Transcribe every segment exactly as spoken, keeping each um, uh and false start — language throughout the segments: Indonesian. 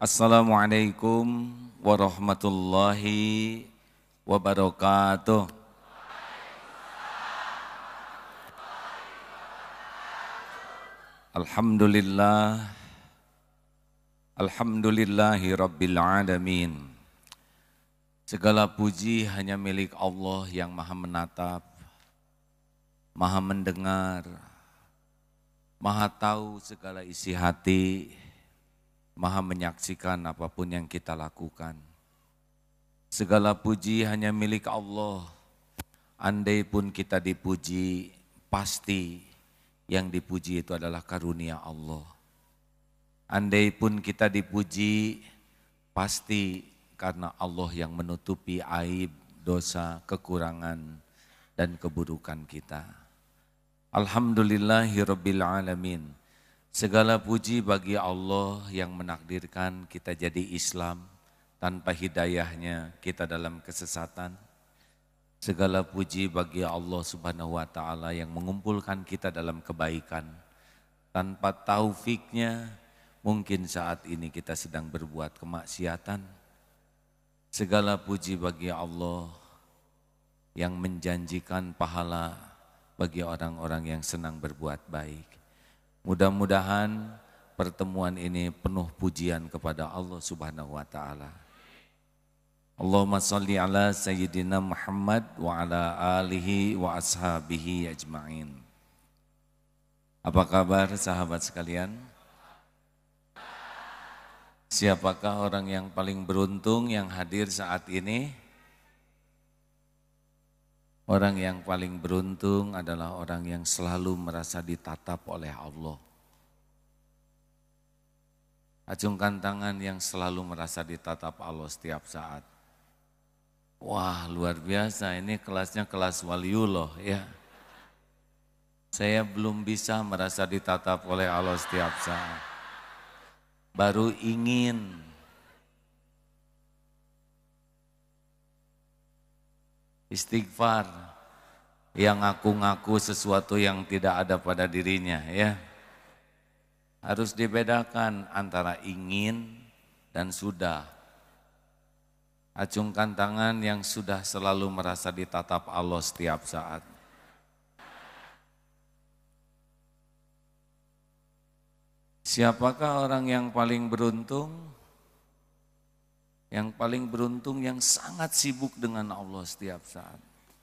Assalamualaikum warahmatullahi wabarakatuh. Alhamdulillah, alhamdulillahi rabbil alamin. Segala puji hanya milik Allah yang maha menatap, maha mendengar, maha tahu segala isi hati, maha menyaksikan apapun yang kita lakukan. Segala puji hanya milik Allah. Andai pun kita dipuji, pasti yang dipuji itu adalah karunia Allah. Andai pun kita dipuji, pasti karena Allah yang menutupi aib, dosa, kekurangan, dan keburukan kita. Alhamdulillahirabbil alamin. Segala puji bagi Allah yang menakdirkan kita jadi Islam, tanpa hidayahnya kita dalam kesesatan. Segala puji bagi Allah Subhanahu wa taala yang mengumpulkan kita dalam kebaikan. Tanpa taufiknya mungkin saat ini kita sedang berbuat kemaksiatan. Segala puji bagi Allah yang menjanjikan pahala bagi orang-orang yang senang berbuat baik. Mudah-mudahan pertemuan ini penuh pujian kepada Allah Subhanahu wa taala. Allahumma shalli ala sayyidina Muhammad wa ala alihi wa ashabihi ajma'in. Apa kabar sahabat sekalian? Siapakah orang yang paling beruntung yang hadir saat ini? Orang yang paling beruntung adalah orang yang selalu merasa ditatap oleh Allah. Acungkan tangan yang selalu merasa ditatap Allah setiap saat. Wah, luar biasa, ini kelasnya kelas waliullah ya. Saya belum bisa merasa ditatap oleh Allah setiap saat. Baru ingin. Istighfar yang ngaku-ngaku sesuatu yang tidak ada pada dirinya ya. Harus dibedakan antara ingin dan sudah. Acungkan tangan yang sudah selalu merasa ditatap Allah setiap saat. Siapakah orang yang paling beruntung? Yang paling beruntung yang sangat sibuk dengan Allah setiap saat.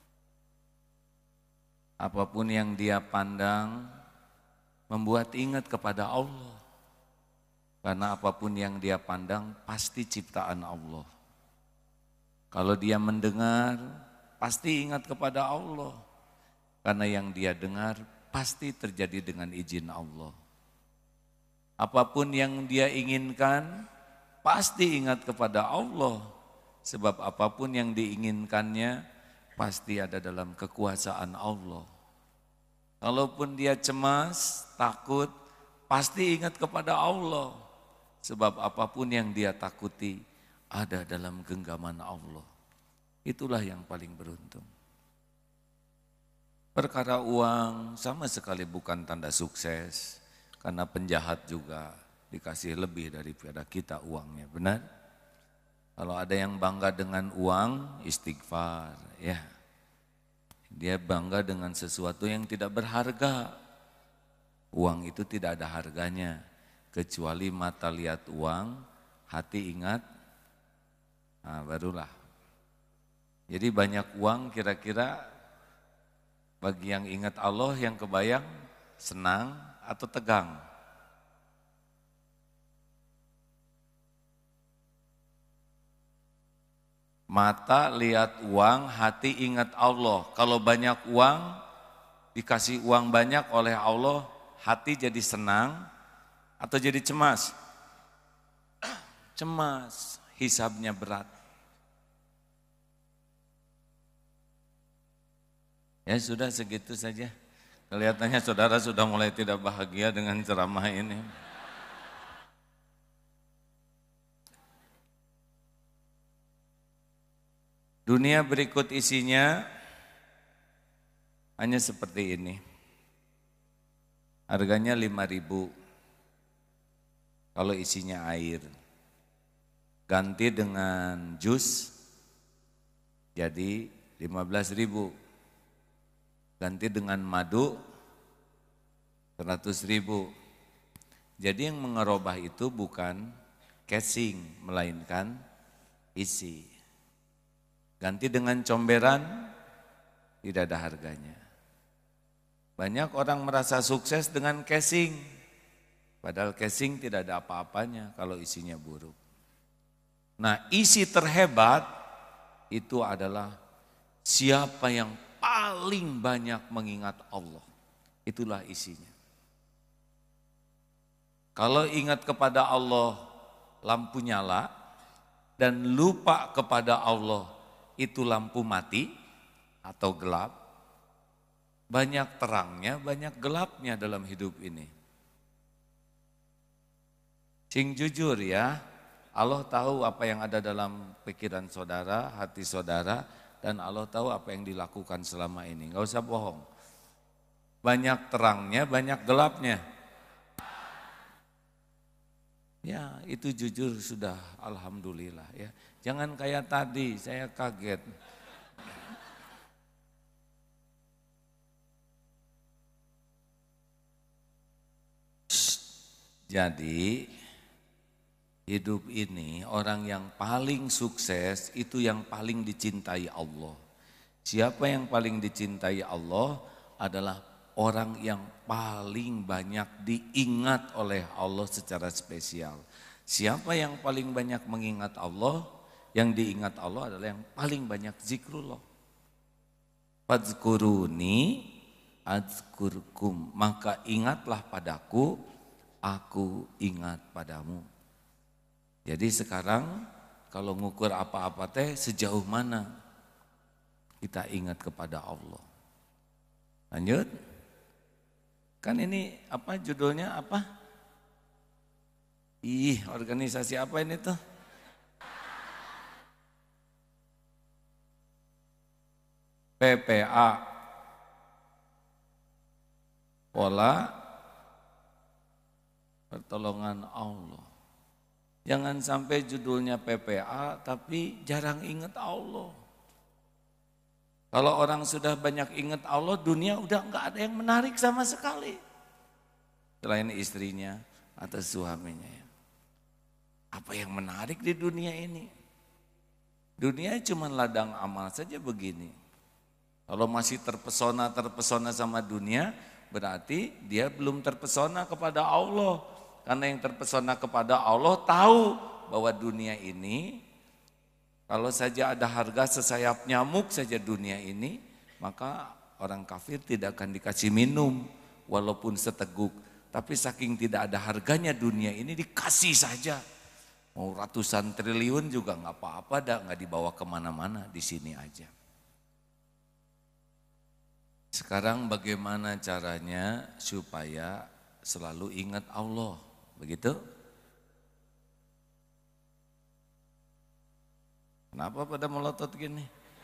Apapun yang dia pandang membuat ingat kepada Allah. Karena apapun yang dia pandang pasti ciptaan Allah. Kalau dia mendengar pasti ingat kepada Allah. Karena yang dia dengar pasti terjadi dengan izin Allah. Apapun yang dia inginkan pasti ingat kepada Allah, sebab apapun yang diinginkannya pasti ada dalam kekuasaan Allah. Kalaupun dia cemas, takut, pasti ingat kepada Allah, sebab apapun yang dia takuti ada dalam genggaman Allah. Itulah yang paling beruntung. Perkara uang sama sekali bukan tanda sukses, karena penjahat juga dikasih lebih daripada kita uangnya, benar? Kalau ada yang bangga dengan uang, istighfar, ya. Dia bangga dengan sesuatu yang tidak berharga. Uang itu tidak ada harganya, kecuali mata lihat uang, hati ingat, nah barulah. Jadi banyak uang kira-kira bagi yang ingat Allah yang kebayang senang atau tegang? Mata lihat uang, hati ingat Allah. Kalau banyak uang, dikasih uang banyak oleh Allah, hati jadi senang atau jadi cemas? Cemas, hisabnya berat. Ya sudah segitu saja. Kelihatannya saudara sudah mulai tidak bahagia dengan ceramah ini. Dunia berikut isinya hanya seperti ini. Harganya lima ribu kalau isinya air. ganti dengan jus jadi lima belas ribu, ganti dengan madu seratus ribu. Jadi yang mengerubah itu bukan casing, melainkan isi. Ganti dengan comberan, tidak ada harganya. Banyak orang merasa sukses dengan casing, padahal casing tidak ada apa-apanya kalau isinya buruk. Nah, isi terhebat itu adalah siapa yang paling banyak mengingat Allah. Itulah isinya. Kalau ingat kepada Allah, lampu nyala, dan lupa kepada Allah, itu lampu mati atau gelap. Banyak terangnya, banyak gelapnya dalam hidup ini. Sing jujur ya, Allah tahu apa yang ada dalam pikiran saudara, hati saudara, dan Allah tahu apa yang dilakukan selama ini. Gak usah bohong. Banyak terangnya, banyak gelapnya. Ya, itu jujur sudah alhamdulillah ya. Jangan kayak tadi, saya kaget. Jadi hidup ini orang yang paling sukses itu yang paling dicintai Allah. Siapa yang paling dicintai Allah adalah orang yang paling banyak diingat oleh Allah secara spesial. Siapa yang paling banyak mengingat Allah, yang diingat Allah adalah yang paling banyak zikrullah. Fadzkuruni adzkurkum, maka ingatlah padaku, aku ingat padamu. Jadi sekarang kalau ngukur apa-apa teh sejauh mana kita ingat kepada Allah. Lanjut. Kan ini apa judulnya apa? Ih, organisasi apa ini tuh? P P A. Pola pertolongan Allah. Jangan sampai judulnya P P A tapi jarang ingat Allah. Kalau orang sudah banyak ingat Allah, dunia udah enggak ada yang menarik sama sekali. Selain istrinya atau suaminya. Apa yang menarik di dunia ini? Dunia cuma ladang amal saja begini. Kalau masih terpesona-terpesona sama dunia, berarti dia belum terpesona kepada Allah. Karena yang terpesona kepada Allah tahu bahwa dunia ini, kalau saja ada harga sesayap nyamuk saja dunia ini, maka orang kafir tidak akan dikasih minum walaupun seteguk. Tapi saking tidak ada harganya dunia ini dikasih saja. Mau ratusan triliun juga nggak apa-apa, dah nggak dibawa kemana-mana, di sini aja. Sekarang bagaimana caranya supaya selalu ingat Allah, begitu? Kenapa pada melotot gini?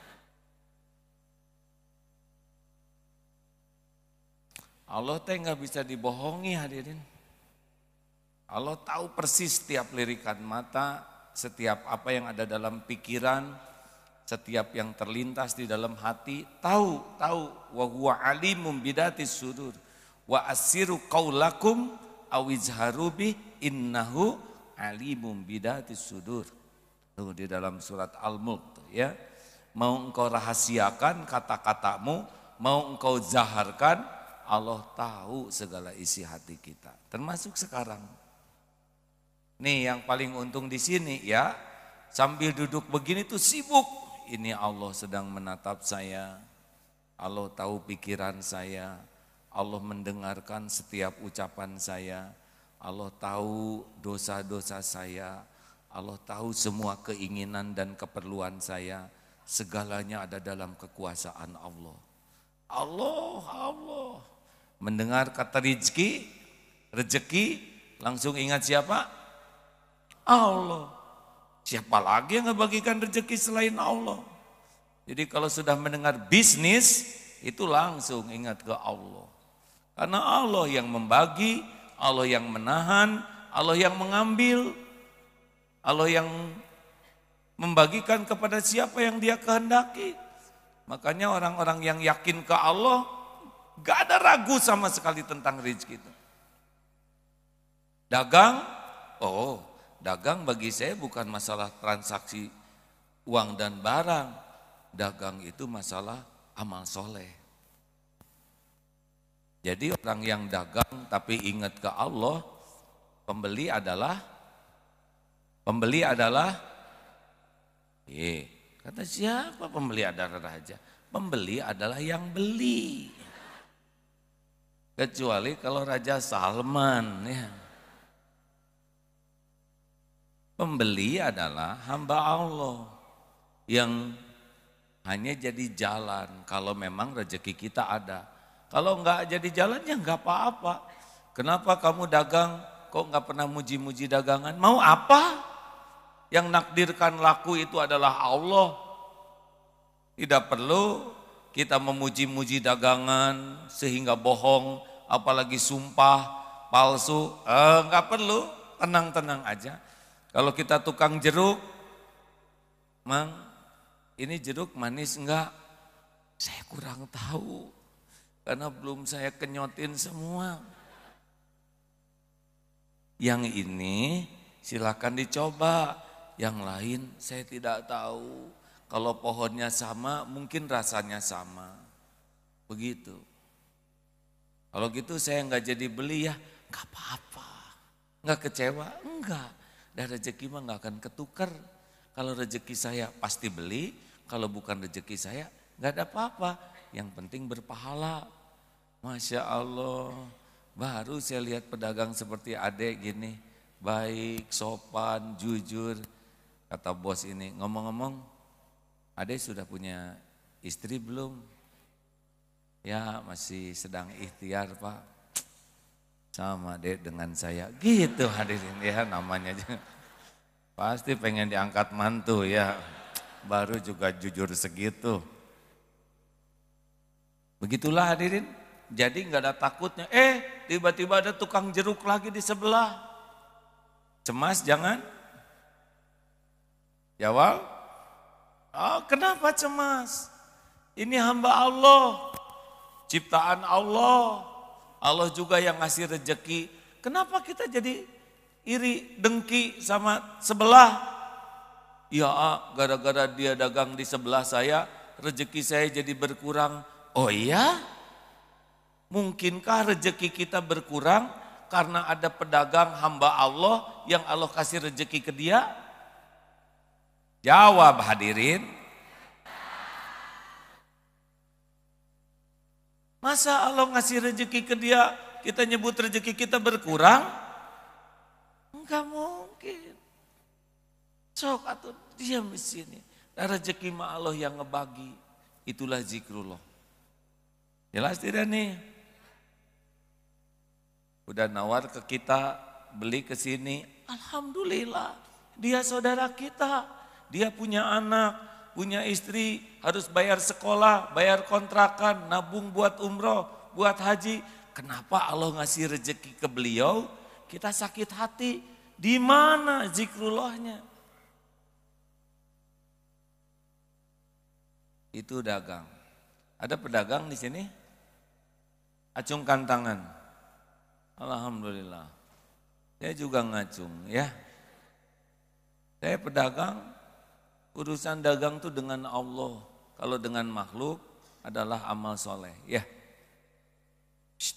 Allah teh nggak bisa dibohongi hadirin. Allah tahu persis setiap lirikan mata, setiap apa yang ada dalam pikiran, setiap yang terlintas di dalam hati, tahu, tahu. Wa huwa alimum bidatis sudur. Wa asiru qaulakum awizharu bi innahu alimum bidatis sudur. Tuh di dalam surat Al-Mulk ya. Mau engkau rahasiakan kata-katamu, mau engkau zaharkan, Allah tahu segala isi hati kita. Termasuk sekarang. Nih yang paling untung di sini ya, sambil duduk begini tuh sibuk. Ini Allah sedang menatap saya. Allah tahu pikiran saya. Allah mendengarkan setiap ucapan saya. Allah tahu dosa-dosa saya. Allah tahu semua keinginan dan keperluan saya. Segalanya ada dalam kekuasaan Allah. Allah, Allah. Mendengar kata rezeki, rezeki, langsung ingat siapa? Allah. Siapa lagi yang ngebagikan rezeki selain Allah? Jadi kalau sudah mendengar bisnis, itu langsung ingat ke Allah. Karena Allah yang membagi, Allah yang menahan, Allah yang mengambil. Allah yang membagikan kepada siapa yang dia kehendaki. Makanya orang-orang yang yakin ke Allah, gak ada ragu sama sekali tentang rezeki itu. Dagang, oh dagang bagi saya bukan masalah transaksi uang dan barang. Dagang itu masalah amal soleh. Jadi orang yang dagang tapi ingat ke Allah, pembeli adalah, pembeli adalah, eh, kata siapa pembeli adalah raja? Pembeli adalah yang beli. Kecuali kalau Raja Salman ya. Pembeli adalah hamba Allah yang hanya jadi jalan kalau memang rezeki kita ada. Kalau enggak jadi jalan ya enggak apa-apa. Kenapa kamu dagang kok enggak pernah muji-muji dagangan? Mau apa? Yang nakdirkan laku itu adalah Allah. Tidak perlu kita memuji-muji dagangan sehingga bohong, apalagi sumpah palsu. Eh, enggak perlu, tenang-tenang aja. Kalau kita tukang jeruk, Mang, ini jeruk manis enggak? Saya kurang tahu, karena belum saya kenyotin semua. Yang ini silakan dicoba, yang lain saya tidak tahu. Kalau pohonnya sama, mungkin rasanya sama. Begitu. Kalau gitu saya enggak jadi beli ya, enggak apa-apa. Enggak kecewa, enggak. Dan rezeki mah nggak akan ketukar. Kalau rezeki saya pasti beli, kalau bukan rezeki saya nggak ada apa-apa. Yang penting berpahala. Masya Allah, baru saya lihat pedagang seperti adek gini, baik, sopan, jujur. Kata bos ini, ngomong-ngomong, adek sudah punya istri belum? Ya masih sedang ikhtiar Pak. Sama deh dengan saya, gitu hadirin ya namanya. Pasti pengen diangkat mantu ya, baru juga jujur segitu. Begitulah hadirin, jadi nggak ada takutnya. Eh tiba-tiba ada tukang jeruk lagi di sebelah. Cemas jangan? Jawab. Oh kenapa cemas? Ini hamba Allah, ciptaan Allah. Allah juga yang ngasih rezeki. Kenapa kita jadi iri, dengki sama sebelah? Ya gara-gara dia dagang di sebelah saya, rezeki saya jadi berkurang. Oh iya? Mungkinkah rezeki kita berkurang karena ada pedagang hamba Allah yang Allah kasih rezeki ke dia? Jawab hadirin. Masa Allah ngasih rezeki ke dia, kita nyebut rezeki kita berkurang? Enggak mungkin. Sok atau diam di sini. Dan rezeki mah Allah yang ngebagi. Itulah zikrullah. Jelas tidak nih? Udah nawar ke kita, beli ke sini. Alhamdulillah, dia saudara kita. Dia punya anak, punya istri, harus bayar sekolah, bayar kontrakan, nabung buat umroh, buat haji. Kenapa Allah ngasih rezeki ke beliau? Kita sakit hati. Di mana zikrullahnya? Itu dagang. Ada pedagang di sini? Acungkan tangan. Alhamdulillah. Saya juga ngacung ya. Saya pedagang. Urusan dagang itu dengan Allah. Kalau dengan makhluk adalah amal soleh. Ya. Shh.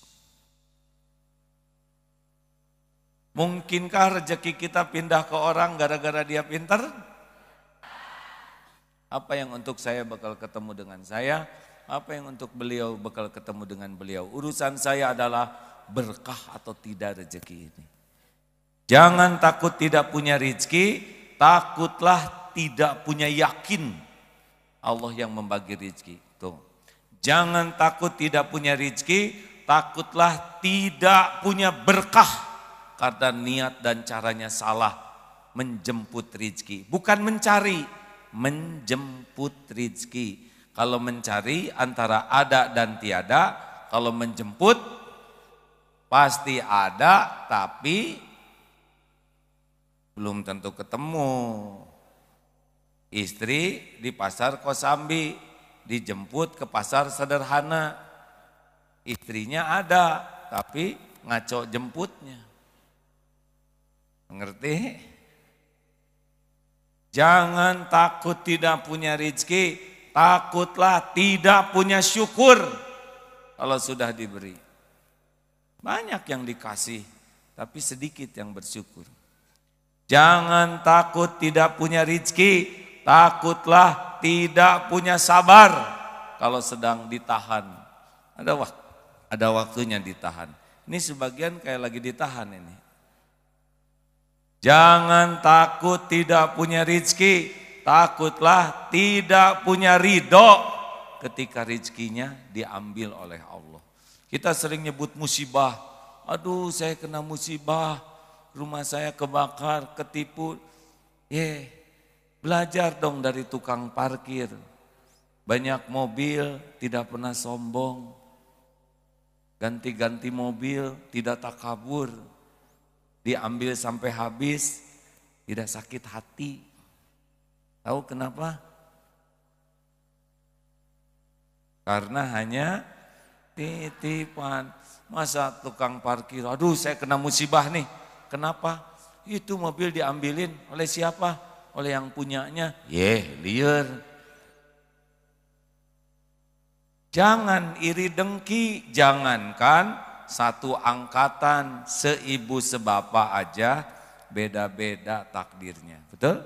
Mungkinkah rezeki kita pindah ke orang gara-gara dia pintar? Apa yang untuk saya bakal ketemu dengan saya? Apa yang untuk beliau bakal ketemu dengan beliau? Urusan saya adalah berkah atau tidak rezeki ini. Jangan takut tidak punya rezeki, takutlah tidak punya yakin Allah yang membagi rezeki. Tuh. Jangan takut tidak punya rezeki, takutlah tidak punya berkah karena niat dan caranya salah menjemput rezeki. Bukan mencari, menjemput rezeki. Kalau mencari antara ada dan tiada, kalau menjemput pasti ada tapi belum tentu ketemu. Istri di pasar Kosambi, dijemput ke pasar sederhana. Istrinya ada, tapi ngaco jemputnya. Mengerti? Jangan takut tidak punya rezeki, takutlah tidak punya syukur kalau sudah diberi. Banyak yang dikasih, tapi sedikit yang bersyukur. Jangan takut tidak punya rezeki, takutlah tidak punya sabar kalau sedang ditahan. Ada waktu, ada waktunya ditahan. Ini sebagian kayak lagi ditahan ini. Jangan takut tidak punya rezeki, takutlah tidak punya ridho ketika rezekinya diambil oleh Allah. Kita sering nyebut musibah, aduh saya kena musibah, rumah saya kebakar, ketipu. Ye, belajar dong dari tukang parkir. Banyak mobil tidak pernah sombong, ganti-ganti mobil tidak takabur. Diambil sampai habis, tidak sakit hati. Tahu kenapa? Karena hanya titipan. Masa tukang parkir, aduh saya kena musibah nih. Kenapa? Itu mobil diambilin oleh siapa? Oleh yang punyanya. Yeh, liar. Jangan iri dengki, jangankan satu angkatan, seibu sebapa aja beda-beda takdirnya. Betul?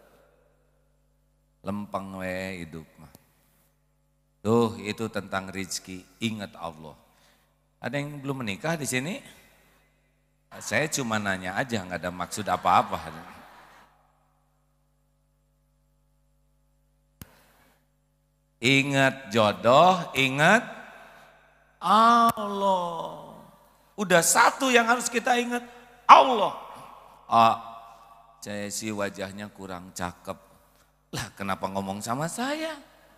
Lempeng we hidup mah. Tuh itu tentang rezeki, ingat Allah. Ada yang belum menikah di sini? Saya cuma nanya aja, nggak ada maksud apa-apa. Ingat jodoh, ingat Allah. Udah satu yang harus kita ingat, Allah. Ah, saya sih wajahnya kurang cakep. Lah kenapa ngomong sama saya?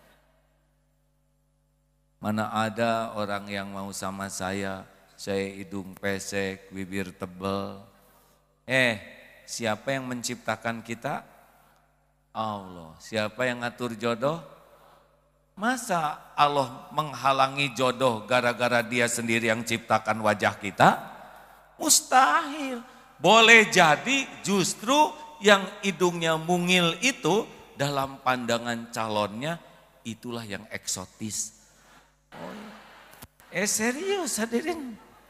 Mana ada orang yang mau sama saya, saya hidung pesek, bibir tebal. Eh, siapa yang menciptakan kita? Allah. Siapa yang ngatur jodoh? Masa Allah menghalangi jodoh gara-gara dia sendiri yang ciptakan wajah kita? Mustahil. Boleh jadi justru yang hidungnya mungil itu dalam pandangan calonnya itulah yang eksotis. Oh, eh serius hadirin.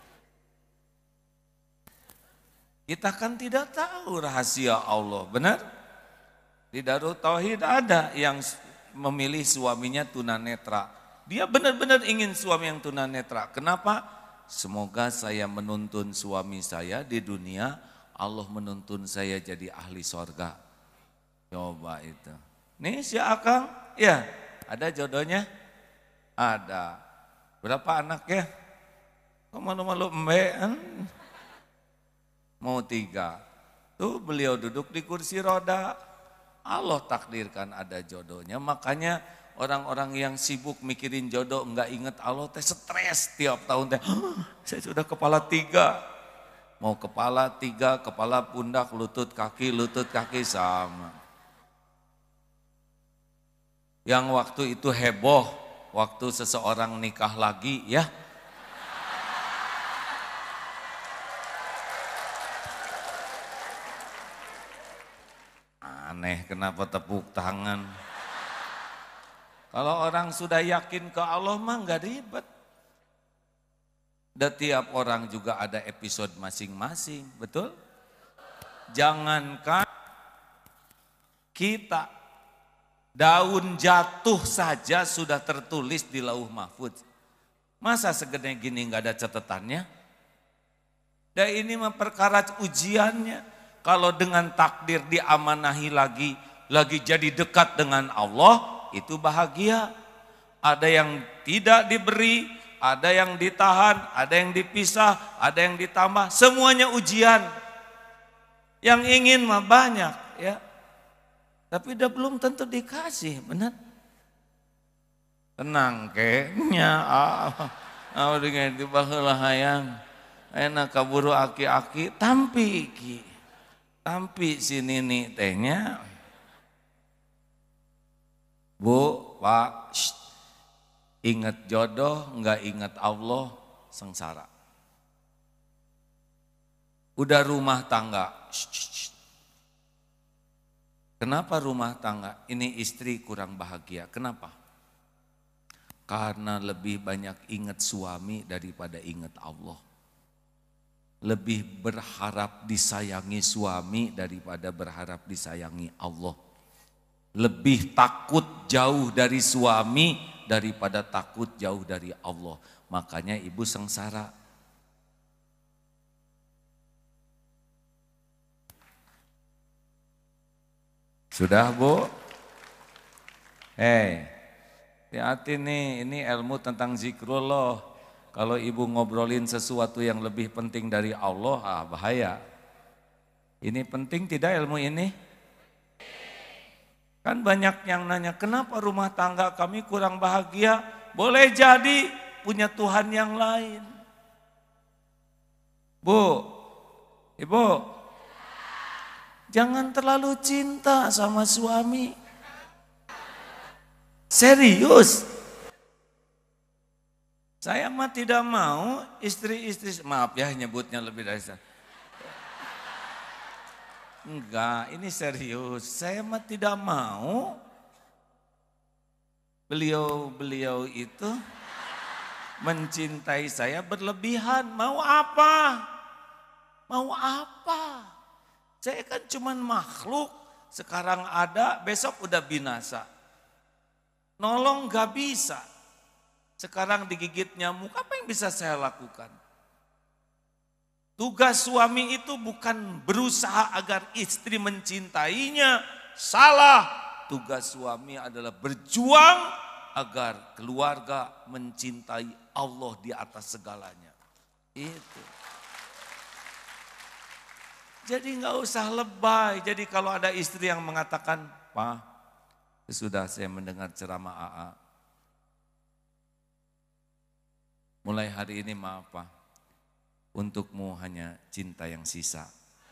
Kita kan tidak tahu rahasia Allah, benar? Di Darul Tauhid ada yang memilih suaminya tunanetra. Dia benar-benar ingin suami yang tunanetra. Kenapa? Semoga saya menuntun suami saya di dunia, Allah menuntun saya jadi ahli sorga. Coba itu. Nih si Akang, ya ada jodohnya? Ada. Berapa anaknya? Kok malu-malu embean? Mau tiga. Tuh beliau duduk di kursi roda. Allah takdirkan ada jodohnya, makanya orang-orang yang sibuk mikirin jodoh enggak ingat Allah teh stres tiap tahun teh. Saya sudah kepala tiga, mau kepala tiga, kepala pundak, lutut kaki, lutut kaki sama. Yang waktu itu heboh, waktu seseorang nikah lagi ya. Aneh kenapa tepuk tangan. Kalau orang sudah yakin ke Allah mah nggak ribet. Dan tiap orang juga ada episode masing-masing, betul? Jangankan kita, daun jatuh saja sudah tertulis di lauh mahfuz. Masa segede gini nggak ada catatannya? Dan ini mah perkara ujiannya. Kalau dengan takdir diamanahi lagi, lagi jadi dekat dengan Allah, itu bahagia. Ada yang tidak diberi, ada yang ditahan, ada yang dipisah, ada yang ditambah, semuanya ujian. Yang ingin mah banyak ya. Tapi udah belum tentu dikasih, benar? Tenang kayaknya. Ah, ah dengan itu baheula hayang. Enak kaburu aki-aki tampi ki. Tampi si Nini tehnya Bu, Pak, shh. Ingat jodoh, enggak ingat Allah, sengsara. Udah rumah tangga, shh, shh, shh. Kenapa rumah tangga? Ini istri kurang bahagia, kenapa? Karena lebih banyak ingat suami daripada ingat Allah. Lebih berharap disayangi suami daripada berharap disayangi Allah. Lebih takut jauh dari suami daripada takut jauh dari Allah. Makanya ibu sengsara. Sudah Bu? Hei, hati-hati nih, ini ilmu tentang zikrullah. Kalau ibu ngobrolin sesuatu yang lebih penting dari Allah, ah bahaya. Ini penting tidak ilmu ini? Kan banyak yang nanya, kenapa rumah tangga kami kurang bahagia? Boleh jadi punya Tuhan yang lain. Bu, ibu, jangan terlalu cinta sama suami. Serius. Saya mah tidak mau istri-istri, maaf ya nyebutnya lebih dari saya. Enggak, ini serius. Saya mah tidak mau beliau-beliau itu mencintai saya berlebihan. Mau apa? Mau apa? Saya kan cuman makhluk. Sekarang ada, besok udah binasa. Nolong gak bisa. Sekarang digigit nyamuk, apa yang bisa saya lakukan? Tugas suami itu bukan berusaha agar istri mencintainya, salah. Tugas suami adalah berjuang agar keluarga mencintai Allah di atas segalanya. Itu. Jadi nggak usah lebay. Jadi kalau ada istri yang mengatakan, Pak, sesudah saya mendengar ceramah A A, mulai hari ini maaf Pak, untukmu hanya cinta yang sisa.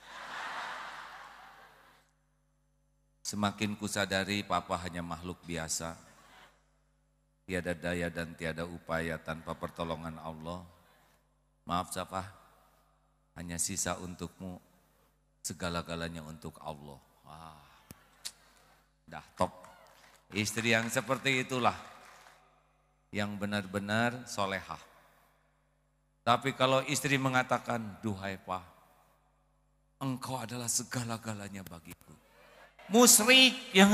Semakin kusadari Papa hanya makhluk biasa. Tiada daya dan tiada upaya tanpa pertolongan Allah. Maaf Sapa, hanya sisa untukmu, segala-galanya untuk Allah. Wah, dah top. Istri yang seperti itulah yang benar-benar solehah. Tapi kalau istri mengatakan, duhai Pak, engkau adalah segala-galanya bagiku. Musyrik yang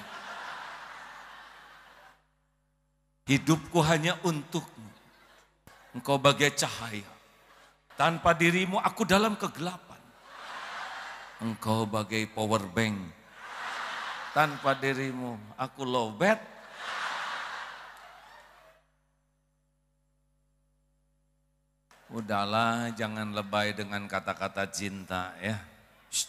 hidupku hanya untukmu. Engkau bagai cahaya. Tanpa dirimu aku dalam kegelapan. Engkau bagai power bank. Tanpa dirimu aku lowbat. Udahlah, jangan lebay dengan kata-kata cinta ya. Shh.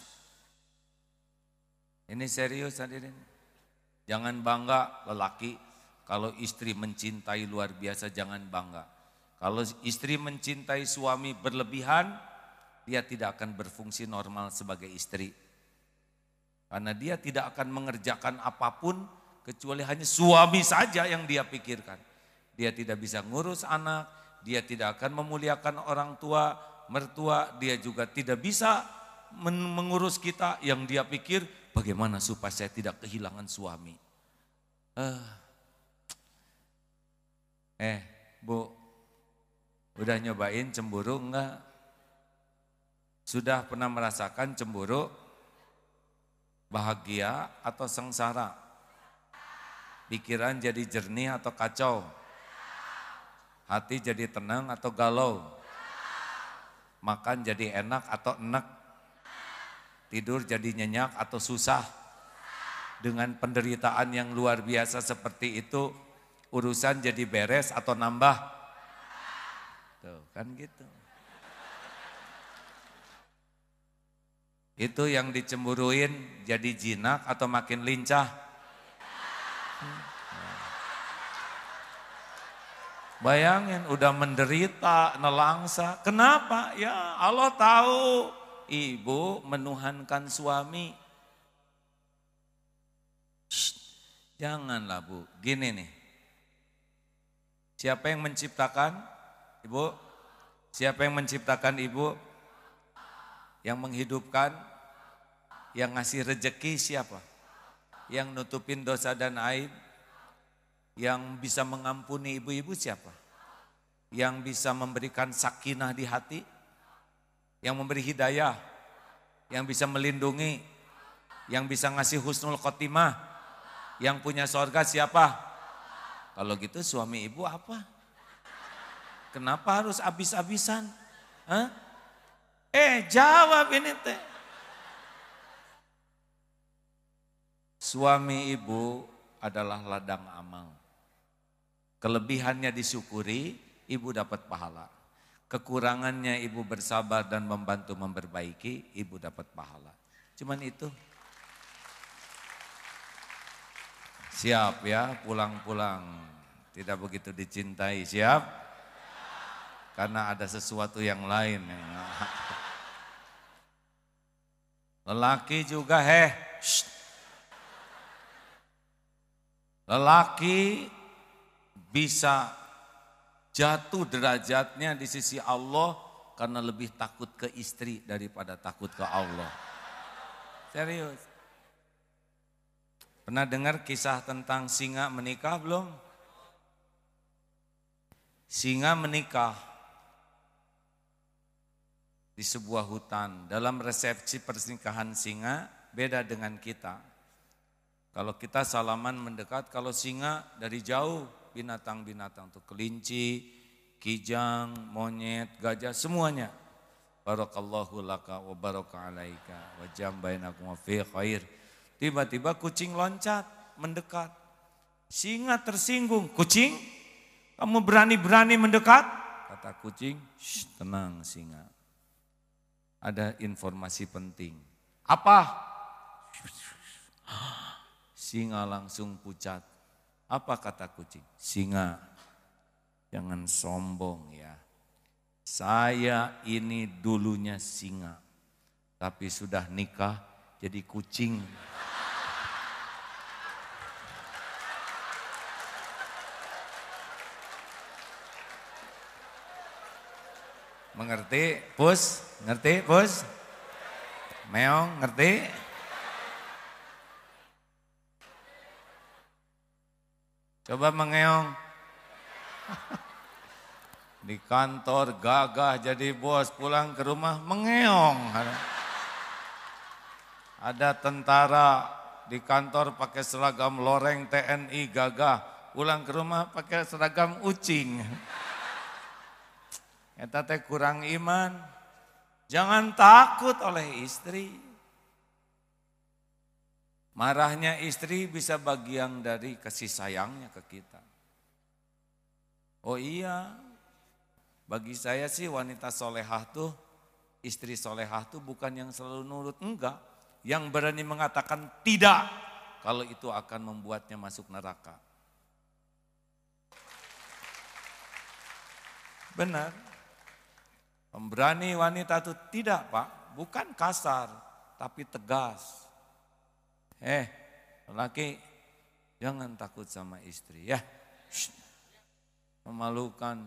Ini serius hadirin. Jangan bangga lelaki kalau istri mencintai luar biasa, jangan bangga. Kalau istri mencintai suami berlebihan, dia tidak akan berfungsi normal sebagai istri. Karena dia tidak akan mengerjakan apapun kecuali hanya suami saja yang dia pikirkan. Dia tidak bisa ngurus anak, dia tidak akan memuliakan orang tua, mertua, dia juga tidak bisa mengurus kita. Yang dia pikir bagaimana supaya saya tidak kehilangan suami. Eh, eh Bu, udah nyobain cemburu enggak? Sudah pernah merasakan cemburu? Bahagia atau sengsara? Pikiran jadi jernih atau kacau? Hati jadi tenang atau galau? Makan jadi enak atau enak? Tidur jadi nyenyak atau susah? Dengan penderitaan yang luar biasa seperti itu, urusan jadi beres atau nambah? Tuh kan gitu. Itu yang dicemburuin jadi jinak atau makin lincah? Bayangin udah menderita, nelangsa. Kenapa? Ya Allah tahu ibu menuhankan suami. Shh. Janganlah Bu, gini nih. Siapa yang menciptakan? Ibu? Siapa yang menciptakan Ibu? Yang menghidupkan? Yang ngasih rejeki siapa? Yang nutupin dosa dan aib? Yang bisa mengampuni ibu-ibu siapa? Yang bisa memberikan sakinah di hati? Yang memberi hidayah? Yang bisa melindungi? Yang bisa ngasih husnul khotimah? Yang punya sorga siapa? Kalau gitu suami ibu apa? Kenapa harus abis-abisan? Hah? Eh jawab ini teh. Suami ibu adalah ladang amal. Kelebihannya disyukuri, ibu dapat pahala. Kekurangannya ibu bersabar dan membantu memperbaiki, ibu dapat pahala. Cuman itu. Siap ya, pulang-pulang. Tidak begitu dicintai, siap? Karena ada sesuatu yang lain. Lelaki juga, heh. Lelaki bisa jatuh derajatnya di sisi Allah karena lebih takut ke istri daripada takut ke Allah. Serius. Pernah dengar kisah tentang singa menikah belum? Singa menikah di sebuah hutan. Dalam resepsi pernikahan singa beda dengan kita. Kalau kita salaman mendekat, kalau singa dari jauh binatang-binatang tuh kelinci, kijang, monyet, gajah semuanya. Barakallahu laka wa baraka alaika wa jam bainakum fi khair. Tiba-tiba kucing loncat mendekat. Singa tersinggung, kucing kamu berani-berani mendekat? Kata kucing, shh, tenang singa. Ada informasi penting. Apa? Singa langsung pucat. Apa kata kucing? Singa, jangan sombong ya. Saya ini dulunya singa, tapi sudah nikah jadi kucing. Mengerti, Pus? Ngerti, Pus? Meong, ngerti? Coba mengeong. Di kantor gagah jadi bos, pulang ke rumah mengeong. Ada tentara di kantor pakai seragam loreng T N I gagah, pulang ke rumah pakai seragam ucing. Eta teh kurang iman. Jangan takut oleh istri. Marahnya istri bisa bagian dari kasih sayangnya ke kita. Oh iya, bagi saya sih wanita solehah tuh, istri solehah tuh bukan yang selalu nurut, enggak. Yang berani mengatakan tidak, kalau itu akan membuatnya masuk neraka. Benar. Pemberani wanita itu tidak Pak, bukan kasar, tapi tegas. Eh, lelaki jangan takut sama istri ya. Shh, memalukan.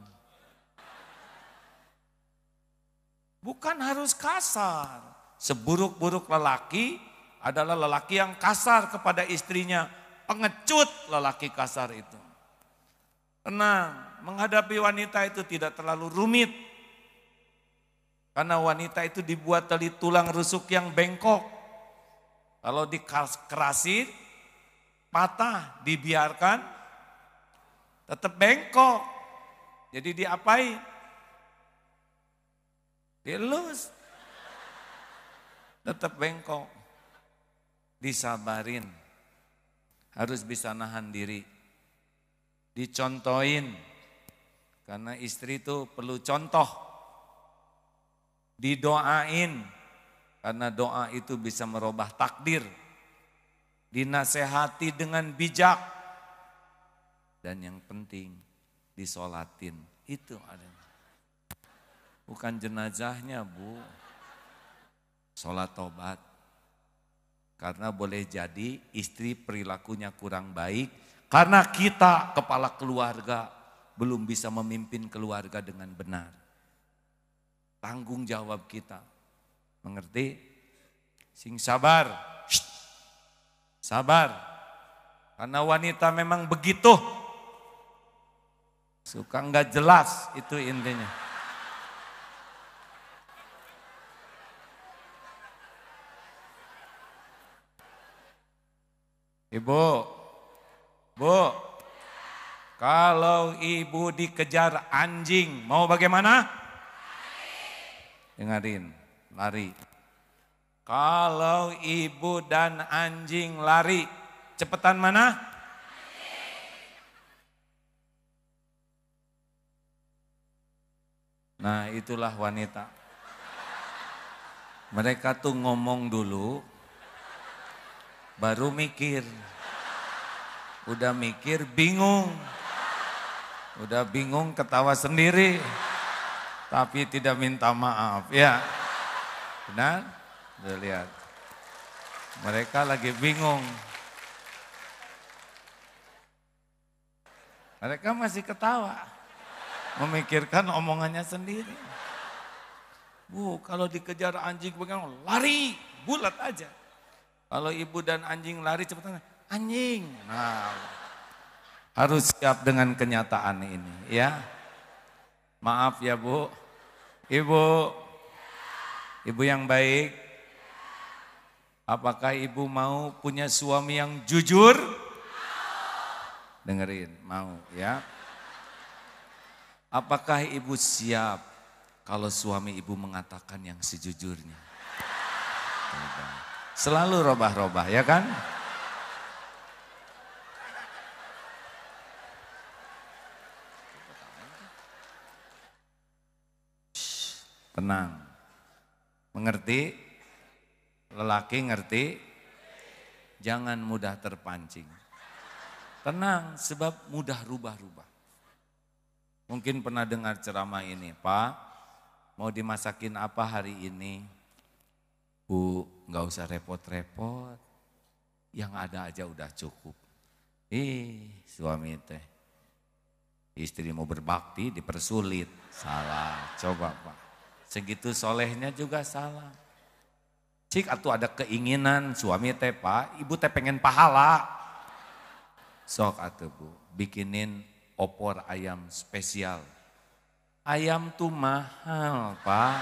Bukan harus kasar. Seburuk-buruk lelaki adalah lelaki yang kasar kepada istrinya. Pengecut lelaki kasar itu. Tenang, menghadapi wanita itu tidak terlalu rumit. Karena wanita itu dibuat dari tulang rusuk yang bengkok. Kalau dikerasin, patah, dibiarkan, tetap bengkok. Jadi diapain? Dilus. Tetap bengkok. Disabarin. Harus bisa nahan diri. Dicontohin. Karena istri itu perlu contoh. Didoain, karena doa itu bisa merubah takdir. Dinasehati dengan bijak. Dan yang penting, disolatin. Itu adanya. Bukan jenazahnya Bu. Sholat tobat. Karena boleh jadi istri perilakunya kurang baik. Karena kita kepala keluarga belum bisa memimpin keluarga dengan benar. Tanggung jawab kita. Mengerti? Sing sabar. Shh. Sabar. Karena wanita memang begitu. Suka nggak jelas, itu intinya. Ibu, Bu, kalau ibu dikejar anjing, mau bagaimana? Dengarin, lari. Kalau ibu dan anjing lari, cepetan mana? Nah, itulah wanita. Mereka tuh ngomong dulu, baru mikir. Udah mikir bingung. Udah bingung ketawa sendiri. Tapi tidak minta maaf. Ya, benar? Udah lihat. Mereka lagi bingung. Mereka masih ketawa. Memikirkan omongannya sendiri. Bu, kalau dikejar anjing bagaimana? Lari, bulat aja. Kalau ibu dan anjing lari cepetan, anjing. Nah, harus siap dengan kenyataan ini ya. Maaf ya Bu. Ibu, ibu yang baik. Apakah ibu mau punya suami yang jujur? Dengerin, mau ya. Apakah ibu siap kalau suami ibu mengatakan yang sejujurnya? Selalu robah-robah ya kan? Shh, tenang. Mengerti? Lelaki ngerti? Jangan mudah terpancing. Tenang, sebab mudah rubah-rubah. Mungkin pernah dengar ceramah ini, Pak, mau dimasakin apa hari ini? Bu, nggak usah repot-repot, yang ada aja udah cukup. Ih, suami teh, istri mau berbakti dipersulit, salah. Coba Pak, segitu solehnya juga salah. Cik, atuh ada keinginan suami teh Pak, ibu teh pengen pahala. Sok atuh Bu, bikinin opor ayam spesial. Ayam tuh mahal Pak.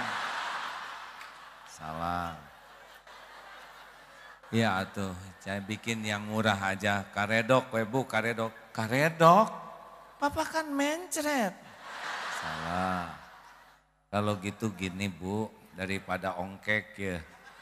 Salah. Ya atuh, saya bikin yang murah aja. Karedok, we Bu, karedok. Karedok? Papa kan mencret. Salah. Kalau gitu gini Bu, daripada ongkek ya.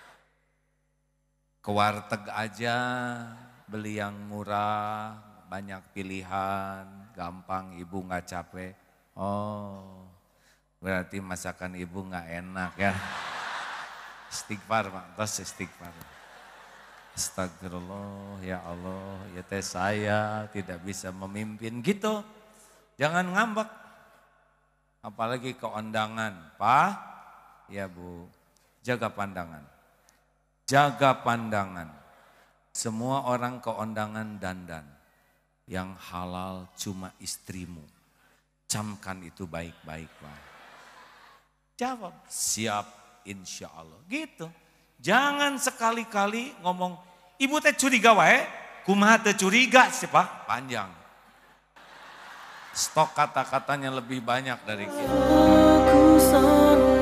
Ke warteg aja, beli yang murah, banyak pilihan, gampang, ibu nggak capek. Oh, berarti masakan ibu nggak enak ya. Istighfar Pak, terus istighfar. Astagfirullah, ya Allah, ya teh saya tidak bisa memimpin gitu. Jangan ngambek. Apalagi keondangan, Pak. Ya Bu, jaga pandangan. Jaga pandangan. Semua orang keondangan dandan. Yang halal cuma istrimu. Camkan itu baik-baik Pak. Jawab, siap insya Allah. Gitu. Jangan sekali-kali ngomong, ibu teh curiga wae, kumaha teh curiga sih Pak, panjang. Stok kata-katanya lebih banyak dari kita.